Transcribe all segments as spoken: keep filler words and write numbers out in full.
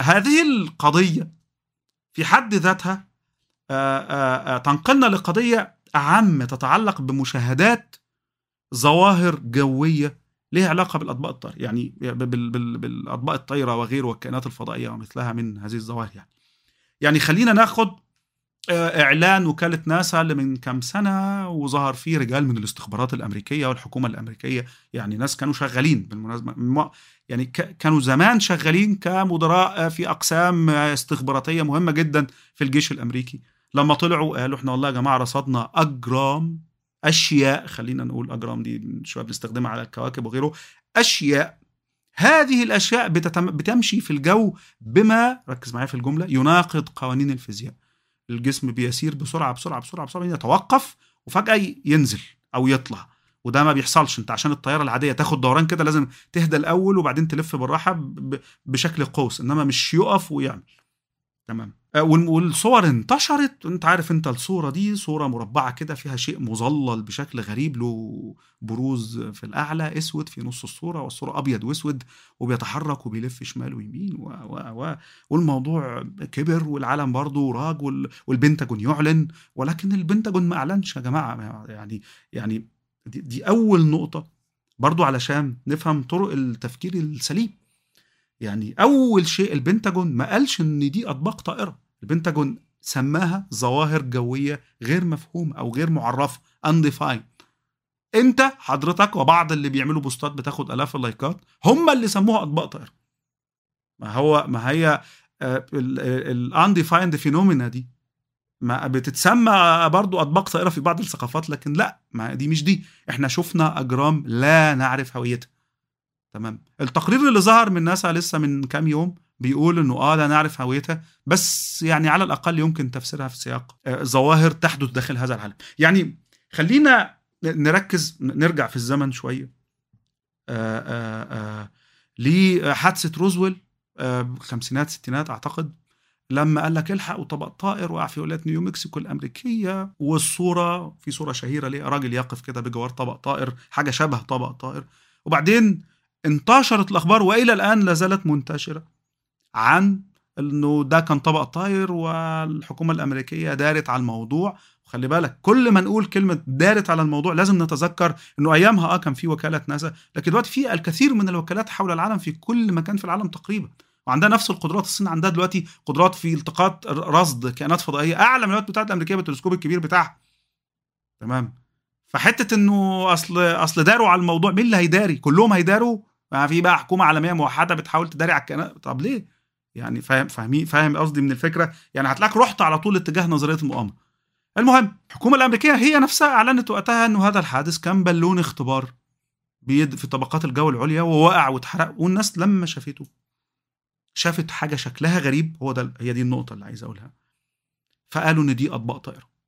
هذه القضية في حد ذاتها آآ آآ تنقلنا لقضية أعم تتعلق بمشاهدات ظواهر جوية ليها علاقة بالأطباق الطائرة، يعني بال بال بالأطباق الطايرة وغيره والكائنات الفضائية ومثلها من هذه الظواهر يعني. يعني خلّينا ناخد آآ إعلان وكالة ناسا اللي من كام سنة وظهر فيه رجال من الاستخبارات الأمريكية والحكومة الأمريكية، يعني ناس كانوا شغالين بالمناسبة م يعني ك كانوا زمان شغالين كمدراء في أقسام استخباراتية مهمة جدًا في الجيش الأمريكي، لمّا طلعوا قالوا إحنا والله يا جماعة رصدنا أجرام أشياء، خلّينا نقول أجرام دي شوية بنستخدمها على الكواكب وغيره، أشياء هذه الأشياء بتتم بتمشي في الجو بما ركّز معايا في الجملة يناقض قوانين الفيزياء. الجسم بيسير بسرعة بسرعة بسرعة بسرعة يتوقف وفجأة ينزل أو يطلع، وده ما بيحصلش. أنت عشان الطيارة العادية تاخد دوران كده لازم تهدى الأول وبعدين تلف بالراحة ب- بشكل قوس، إنما مش يقف ويعمل. تمام. آه، وال- والصور انتشرت. انت عارف انت الصورة دي صورة مربعة كده فيها شيء مظلل بشكل غريب له بروز في الأعلى اسود في نص الصورة، والصورة أبيض واسود وبيتحرك وبيلف شمال ويمين و و و والموضوع كبر والعالم برضه راج وال- والبنتاجون يعلن، ولكن البنتاجون ما أعلنش يا جماعة. يعني يعني دي, دي أول نقطة برضه علشان نفهم طرق التفكير السليم. يعني أول شيء البنتاجون ما قالش إن دي أطباق طائرة، البنتاجون سماها ظواهر جوية غير مفهومة أو غير معرفة undefined. أنت حضرتك وبعض اللي بيعملوا بوستات بتاخد آلاف اللايكات هم اللي سموها أطباق طائرة. ما هو ما هي ال undefined phenomena دي ما بتتسمى برضو أطباق طائرة في بعض الثقافات، لكن لا، ما دي مش دي. احنا شفنا أجرام لا نعرف هويتها. تمام. التقرير اللي ظهر من ناسا لسه من كام يوم بيقول انه اه لا نعرف هويتها، بس يعني على الاقل يمكن تفسيرها في سياق آه ظواهر تحدث داخل هذا العالم. يعني خلينا نركز نرجع في الزمن شويه آه آه آه لحادثه روزويل آه خمسينات ستينات اعتقد، لما قال لك الحق وطبق طائر وقع في ولايه نيو مكسيكو الامريكيه، والصوره في صوره شهيره ليه راجل يقف كده بجوار طبق طائر، حاجه شبه طبق طائر. وبعدين انتشرت الأخبار وإلى الآن لا زالت منتشرة عن أنه ده كان طبق طاير والحكومة الأمريكية دارت على الموضوع. وخلي بالك كل ما نقول كلمة دارت على الموضوع لازم نتذكر أنه أيامها آه كان في وكالة ناسا، لكن دلوقتي في الكثير من الوكالات حول العالم في كل مكان في العالم تقريبا، وعندها نفس القدرات. الصين عندها دلوقتي قدرات في التقاط رصد كائنات فضائية أعلى من الولايات المتحدة الأمريكية بالتلسكوب الكبير بتاعها. تمام. فحته انه اصل اصل داروا على الموضوع، مين اللي هيداري؟ كلهم هيداروا؟ ما في بقى حكومه عالميه موحده بتحاول تداري على الكائنات؟ طب ليه؟ يعني فاهم فاهمين فاهم قصدي من الفكره؟ يعني هتلاقيك رحت على طول اتجاه نظريه المؤامره. المهم الحكومه الامريكيه هي نفسها اعلنت وقتها انه هذا الحادث كان بالون اختبار بيد في طبقات الجو العليا ووقع واتحرق، والناس لما شافته شافت حاجه شكلها غريب. هو ده، هي دي النقطه اللي عايز اقولها. فقالوا ان دي اطباق طائره.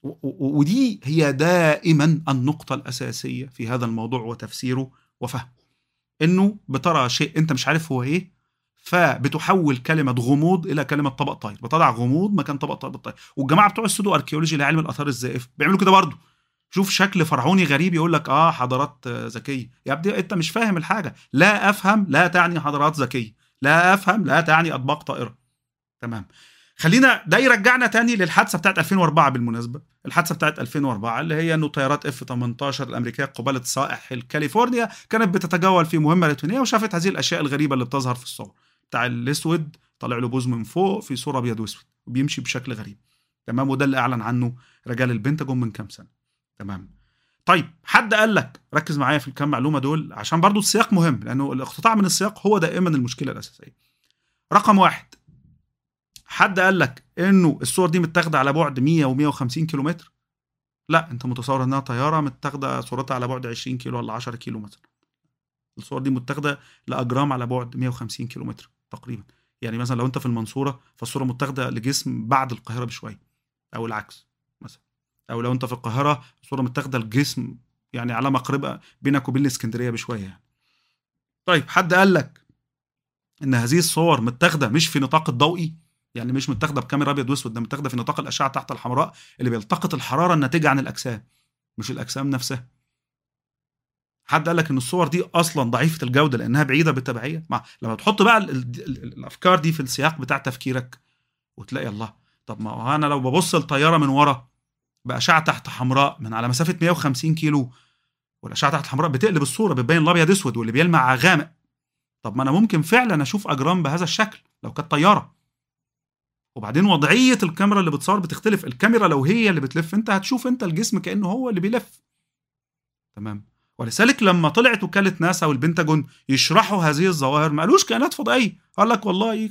ودي هي دائما النقطة الأساسية في هذا الموضوع وتفسيره وفهمه، إنه بترى شيء أنت مش عارف هو إيه، فبتحول كلمة غموض إلى كلمة طبق طاير، بتضع غموض مكان طبق طبق طاير. والجماعة بتوع السودو أركيولوجي لعلم الآثار الزائفة بيعملوا كده برضه. شوف شكل فرعوني غريب يقول لك آه حضارات ذكية. يا ابني أنت مش فاهم الحاجة. لا أفهم لا تعني حضارات ذكية، لا أفهم لا تعني أطباق طائرة. تمام. خلينا ده يرجعنا تاني للحادثه بتاعت ألفين وأربعة. بالمناسبه الحادثه بتاعت ألفين وأربعة اللي هي انه طيارات اف ثمانية عشر الامريكيه قباله ساحل كاليفورنيا كانت بتتجول في مهمه روتينيه وشافت هذه الاشياء الغريبه اللي بتظهر في الصور، بتاع الاسود طالع له بوز من فوق في صوره ابيض واسود وبيمشي بشكل غريب. تمام. وده اللي اعلن عنه رجال البنتاجون من كام سنه. تمام. طيب حد قال لك ركز معايا في الكام معلومه دول عشان برضو السياق مهم، لانه الاقتطاع من السياق هو دائما المشكله الاساسيه. رقم واحد، حد قال لك انه الصور دي متاخده على بعد مية ومية وخمسين كيلومتر؟ لا، انت متصور انها طياره متاخده صورتها على بعد عشرين كيلو ولا عشرة كيلو مثلا. الصور دي متاخده لاجرام على بعد مية وخمسين كيلومتر تقريبا. يعني مثلا لو انت في المنصوره فالصوره متاخده لجسم بعد القاهره بشويه، او العكس مثلا. او لو انت في القاهره الصوره متاخده لجسم يعني على مقربه بينك وبين الاسكندريه بشويه يعني. طيب حد قال لك ان هذه الصور متاخده مش في نطاق الضوئي؟ يعني مش متاخده بكاميرا ابيض واسود، ده متاخده في نطاق الاشعه تحت الحمراء اللي بيلتقط الحراره الناتجه عن الاجسام، مش الاجسام نفسها. حد قال لك ان الصور دي اصلا ضعيفه الجوده لانها بعيده بالتبعيه؟ مع لما تحط بقى ال ال ال الافكار دي في السياق بتاع تفكيرك وتلاقي الله، طب ما هو انا لو ببص الطياره من ورا باشعه تحت حمراء من على مسافه مية وخمسين كيلو، والاشعه تحت حمراء بتقلب الصوره بتبين الابيض اسود واللي بيلمع غامق، طب ما انا ممكن فعلا اشوف اجرام بهذا الشكل لو كانت طياره. وبعدين وضعيه الكاميرا اللي بتصور بتختلف، الكاميرا لو هي اللي بتلف انت هتشوف انت الجسم كانه هو اللي بيلف. تمام. ولذلك لما طلعت وكاله ناسا والبنتاجون يشرحوا هذه الظواهر ما قالوش كائنات فضائيه، قال لك والله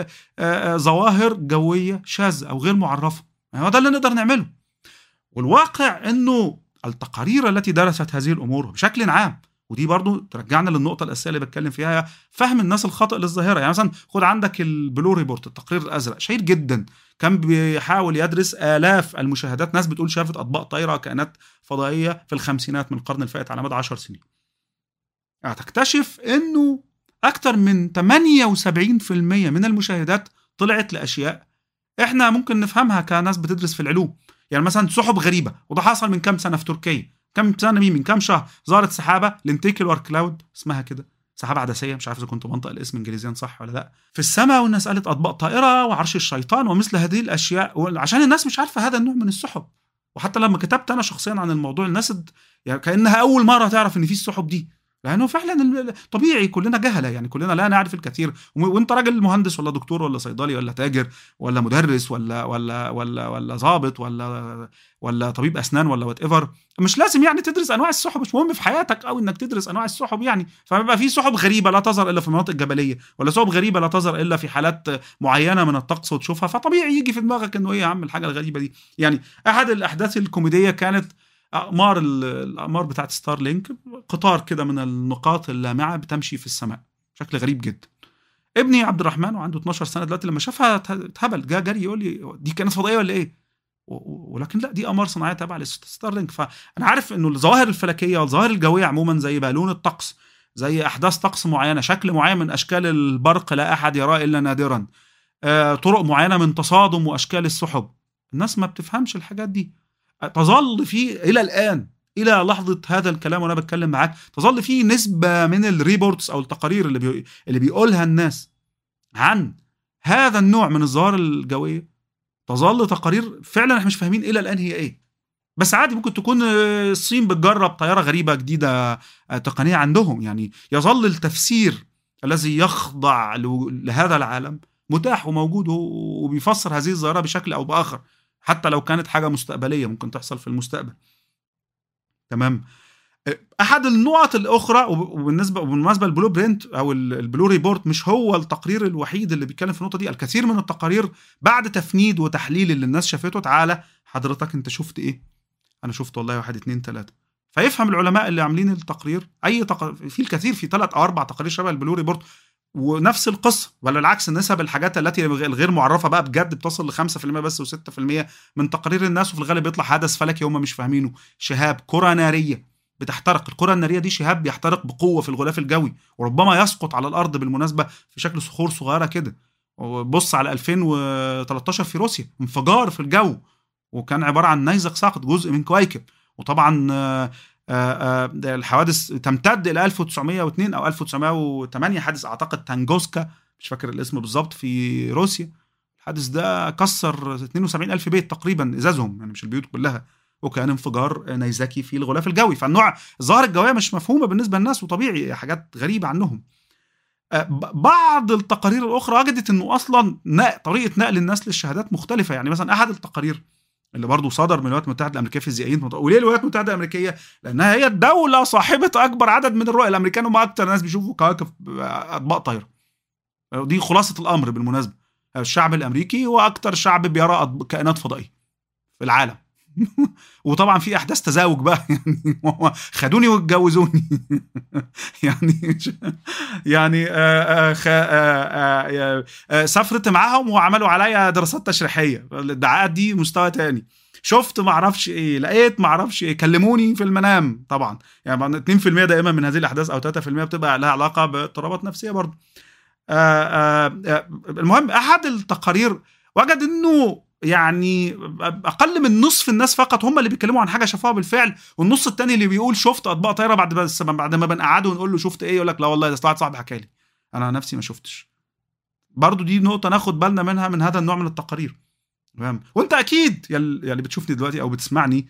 ظواهر جويه شاذه او غير معرفه. هو ده اللي نقدر نعمله. والواقع انه التقارير التي درست هذه الامور بشكل عام، ودي برضو ترجعنا للنقطه الاساسيه اللي بتكلم فيها، فهم الناس الخاطئ للظاهره. يعني مثلا خد عندك البلو ريبورت، التقرير الازرق شهير جدا، كان بيحاول يدرس آلاف المشاهدات، ناس بتقول شافت اطباق طايره كائنات فضائيه في الخمسينات من القرن الفائت على مدى عشر سنين. هتكتشف انه اكتر من ثمانية وسبعين بالمئة من المشاهدات طلعت لاشياء احنا ممكن نفهمها كناس بتدرس في العلوم. يعني مثلا سحب غريبه، وده حصل من كام سنه في تركيا، كم سنه مين من كام شهر ظهرت سحابه لينتيكولار كلاود اسمها كده، سحابه عدسيه، مش عارف اذا كنت منطق الاسم انجليزيا صح ولا لا، في السماء، والناس قالت اطباق طائره وعرش الشيطان ومثل هذه الاشياء، عشان الناس مش عارفه هذا النوع من السحب. وحتى لما كتبت انا شخصيا عن الموضوع الناس يعني كانها اول مره تعرف ان في السحب دي، لانه فعلا طبيعي كلنا جهله، يعني كلنا لا نعرف الكثير. وانت راجل مهندس ولا دكتور ولا صيدلي ولا تاجر ولا مدرس ولا ولا ولا ولا ضابط ولا ولا طبيب اسنان ولا وات ايفر، مش لازم يعني تدرس انواع السحب، مش مهم في حياتك او انك تدرس انواع السحب يعني. فبيبقى في سحب غريبه لا تظهر الا في المناطق الجبليه، ولا سحب غريبه لا تظهر الا في حالات معينه من الطقس وتشوفها، فطبيعي يجي في دماغك انه ايه يا عم الحاجه الغريبه دي. يعني احد الاحداث الكوميديه كانت اقمار الاقمار بتاعت ستار لينك، قطار كده من النقاط اللامعه بتمشي في السماء بشكل غريب جدا. ابني عبد الرحمن وعنده اتناشر سنه دلوقتي لما شافها اتهبل، جا جري يقول لي دي كانت فضائيه ولا ايه؟ ولكن لا، دي اقمار صناعيه تابعه لستار لينك. فانا عارف انه الظواهر الفلكيه والظواهر الجويه عموما زي بالون الطقس، زي احداث طقس معينه، شكل معين من اشكال البرق لا احد يراه الا نادرا، آه، طرق معينه من تصادم واشكال السحب، الناس ما بتفهمش الحاجات دي. تظل في الى الان، الى لحظه هذا الكلام وانا بتكلم معاك، تظل في نسبه من الريبورتس او التقارير اللي بي... اللي بيقولها الناس عن هذا النوع من الظواهر الجويه، تظل تقارير فعلا احنا مش فاهمين الى الان هي ايه. بس عادي ممكن تكون الصين بتجرب طياره غريبه جديده تقنيه عندهم، يعني يظل التفسير الذي يخضع لهذا العالم متاح وموجود وبيفسر هذه الظاهره بشكل او باخر، حتى لو كانت حاجه مستقبليه ممكن تحصل في المستقبل. تمام. احد النقط الاخرى، وبالنسبه وبالمناسبه البلو برينت او البلو ريبورت مش هو التقرير الوحيد اللي بيتكلم في النقطه دي، الكثير من التقارير بعد تفنيد وتحليل اللي الناس شافته، تعالى حضرتك انت شفت ايه؟ انا شفت والله واحد اتنين تلاته. فيفهم العلماء اللي عاملين التقرير اي تقرير في الكثير، في ثلاث او اربع تقارير شبه البلو ريبورت ونفس القصه، ولا العكس، نسب الحاجات التي الغير معرفه بقى بجد بتصل ل خمسة بالمئة بس و6% من تقارير الناس، وفي الغالب بيطلع حدث فلكي هم مش فاهمينه، شهاب كره ناريه بتحترق. الكره الناريه دي شهاب بيحترق بقوه في الغلاف الجوي، وربما يسقط على الارض بالمناسبه في شكل صخور صغيره كده. وبص على ألفين وتلتاشر في روسيا، انفجار في الجو وكان عباره عن نيزك ساقط جزء من كويكب. وطبعا آآ آآ الحوادث تمتد الى ألف وتسعمئة واثنين او ألف وتسعمئة وثمانية، حادث اعتقد تانجوسكا مش فاكر الاسم بالظبط في روسيا. الحادث ده كسر اثنين وسبعين ألف بيت تقريبا ازازهم، يعني مش البيوت كلها، وكان انفجار نيزكي في الغلاف الجوي. فالنوع الظاهره الجويه مش مفهومه بالنسبه للناس، وطبيعي حاجات غريبه عنهم. بعض التقارير الاخرى وجدت انه اصلا طريقه نقل الناس للشهادات مختلفه. يعني مثلا احد التقارير اللي برضو صدر من الولايات المتحده الامريكيه فيزيائيين، وليه الولايات المتحده الامريكيه؟ لانها هي الدوله صاحبه اكبر عدد من الرؤى، الامريكان هم اكتر ناس بيشوفوا كواكب اطباق طايره. دي خلاصه الامر بالمناسبه، الشعب الامريكي هو اكتر شعب بيرى كائنات فضائيه في العالم. وطبعا في احداث تزاوج بقى، يعني خدوني واتجوزوني. يعني يعني آآ آآ آآ سافرت معاهم وعملوا عليا دراسات تشريحيه، الادعاءات دي مستوى تاني. شفت معرفش ايه، لقيت معرفش ايه، كلموني في المنام. طبعا يعني اثنين بالمئة دائما من هذه الاحداث او ثلاثة بالمئة بتبقى لها علاقه باضطرابات نفسيه برضه. المهم احد التقارير وجد انه يعني اقل من نصف الناس فقط هم اللي بيتكلموا عن حاجه شافوها بالفعل، والنص التاني اللي بيقول شفت اطباق طايره بعد بس بعد ما بنقعده ونقول له شفت ايه، يقول لك لا والله ده واحد صاحبي حكى لي، انا نفسي ما شفتش. برضو دي نقطه ناخد بالنا منها من هذا النوع من التقارير. تمام. وانت اكيد يعني بتشوفني دلوقتي او بتسمعني،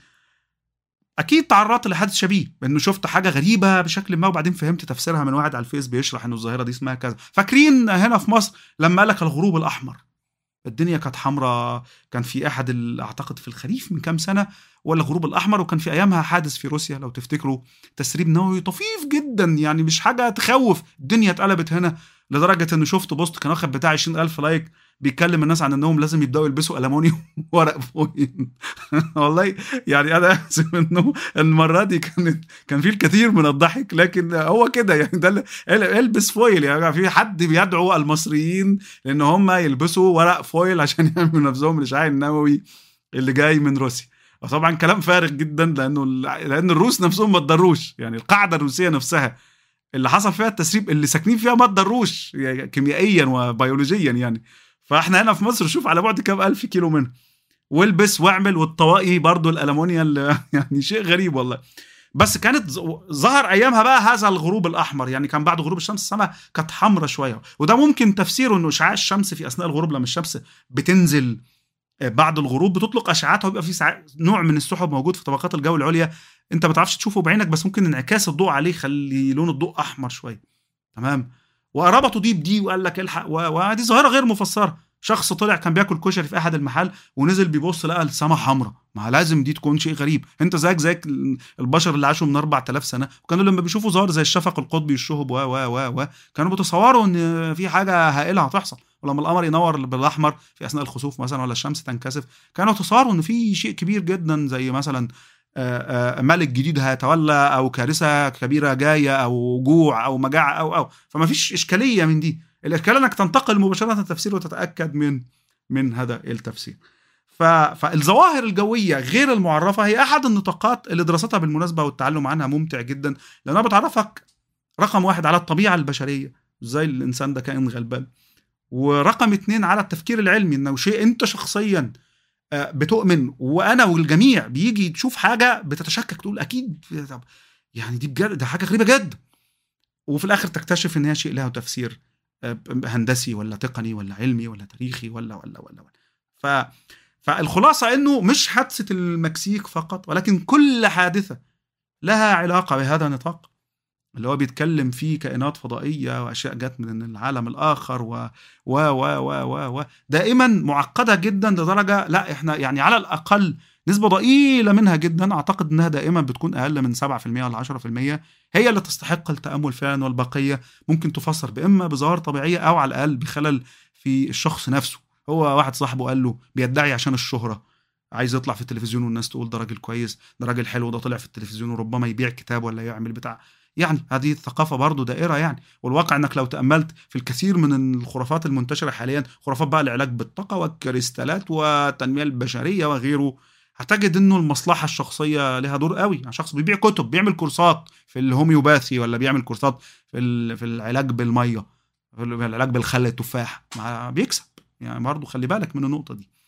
اكيد تعرضت لحادث شبيه، انه شفت حاجه غريبه بشكل ما وبعدين فهمت تفسيرها من واحد على الفيس بيشرح انه الظاهره دي اسمها كذا. فاكرين هنا في مصر لما قال لك الغروب الاحمر، الدنيا كانت حمراء، كان في احد اعتقد في الخريف من كام سنه ولا الغروب الاحمر، وكان في ايامها حادث في روسيا لو تفتكروا، تسريب نووي طفيف جدا يعني مش حاجه تخوف. الدنيا اتقلبت هنا لدرجه انه شفت بوست كان واخد بتاع عشرين ألف لايك بيكلم الناس عن انهم لازم يبداوا يلبسوا ألمونيوم ورق فويل. والله يعني انا اسف انه المره دي كانت كان في الكثير من الضحك، لكن هو كده يعني ده البس فويل. يعني في حد بيدعو المصريين لان هم يلبسوا ورق فويل عشان يعملوا نفسهم الاشعاع النووي اللي جاي من روسيا. وطبعا كلام فارغ جدا، لانه لان الروس نفسهم ما اتضروش، يعني القاعده الروسيه نفسها اللي حصل فيها التسريب اللي ساكنين فيها ما اتضروش يعني كيميائيا وبيولوجيا يعني. فاحنا هنا في مصر شوف على بعد كام الف كيلو منها، والبس واعمل، والطواقي برضو الالمونيا اللي يعني شيء غريب والله. بس كانت ظهر ايامها بقى هذا الغروب الاحمر، يعني كان بعد غروب الشمس السماء كانت حمراء شويه، وده ممكن تفسيره انه اشعاع الشمس في اثناء الغروب لما الشمس بتنزل بعد الغروب بتطلق اشعاعاتها ويبقى في نوع من السحب موجود في طبقات الجو العليا، انت ما تعرفش تشوفه بعينك بس ممكن انعكاس الضوء عليه يخلي لون الضوء احمر شويه. تمام. وربطوا دي بدي وقال لك الحق، ودي ظاهره غير مفسره. شخص طلع كان بياكل كشري في احد المحل ونزل بيبص لقى السماء حمراء، ما لازم دي تكون شيء غريب. انت زيك زيك البشر اللي عاشوا من أربعة آلاف سنه وكانوا لما بيشوفوا ظاهر زي الشفق القطبي الشهب و و و و كانوا بيتصوروا ان في حاجه هائله هتحصل، ولما القمر ينور بالاحمر في اثناء الخسوف مثلا ولا الشمس تنكسف كانوا يتصوروا ان في شيء كبير جدا زي مثلا ملك جديد هيتولى او كارثه كبيره جايه او جوع او مجاعه او او فما فيش اشكاليه من دي. الاشكال انك تنتقل مباشره التفسير وتتاكد من من هذا التفسير. فالظواهر الجويه غير المعرفه هي احد النطاقات اللي دراستها بالمناسبه والتعلم عنها ممتع جدا، لانها بتعرفك رقم واحد على الطبيعه البشريه، ازاي الانسان ده كائن غلبان، ورقم اتنين على التفكير العلمي، انه شيء انت شخصيا بتؤمن وانا والجميع بيجي تشوف حاجه بتتشكك تقول اكيد يعني دي بجد ده حاجه غريبه جدا، وفي الاخر تكتشف ان هي شيء له تفسير هندسي ولا تقني ولا علمي ولا تاريخي ولا ولا ولا, ولا. ف فالخلاصه انه مش حادثه المكسيك فقط، ولكن كل حادثه لها علاقه بهذا النطاق اللي هو بيتكلم فيه كائنات فضائيه واشياء جت من العالم الاخر و و و و و دائما معقده جدا لدرجه لا احنا يعني على الاقل نسبه ضئيله منها جدا، اعتقد انها دائما بتكون اقل من سبعة في المية ولا عشرة في المية هي اللي تستحق التامل فعلا، والبقيه ممكن تفسر باما بظواهر طبيعيه او على الاقل بخلل في الشخص نفسه. هو واحد صاحبه قال له بيدعي عشان الشهره عايز يطلع في التلفزيون والناس تقول ده راجل كويس ده راجل حلو ده طلع في التلفزيون وربما يبيع كتاب ولا يعمل بتاع، يعني هذه الثقافة برضو دائرة يعني. والواقع انك لو تأملت في الكثير من الخرافات المنتشرة حاليا، خرافات بقى العلاج بالطاقة والكريستالات والتنمية البشرية وغيره، هتجد انه المصلحة الشخصية لها دور قوي. يعني شخص بيبيع كتب بيعمل كورسات في الهوميوباثي ولا بيعمل كورسات في في العلاج بالمية في العلاج بالخل التفاح بيكسب، يعني برضو خلي بالك من النقطة دي.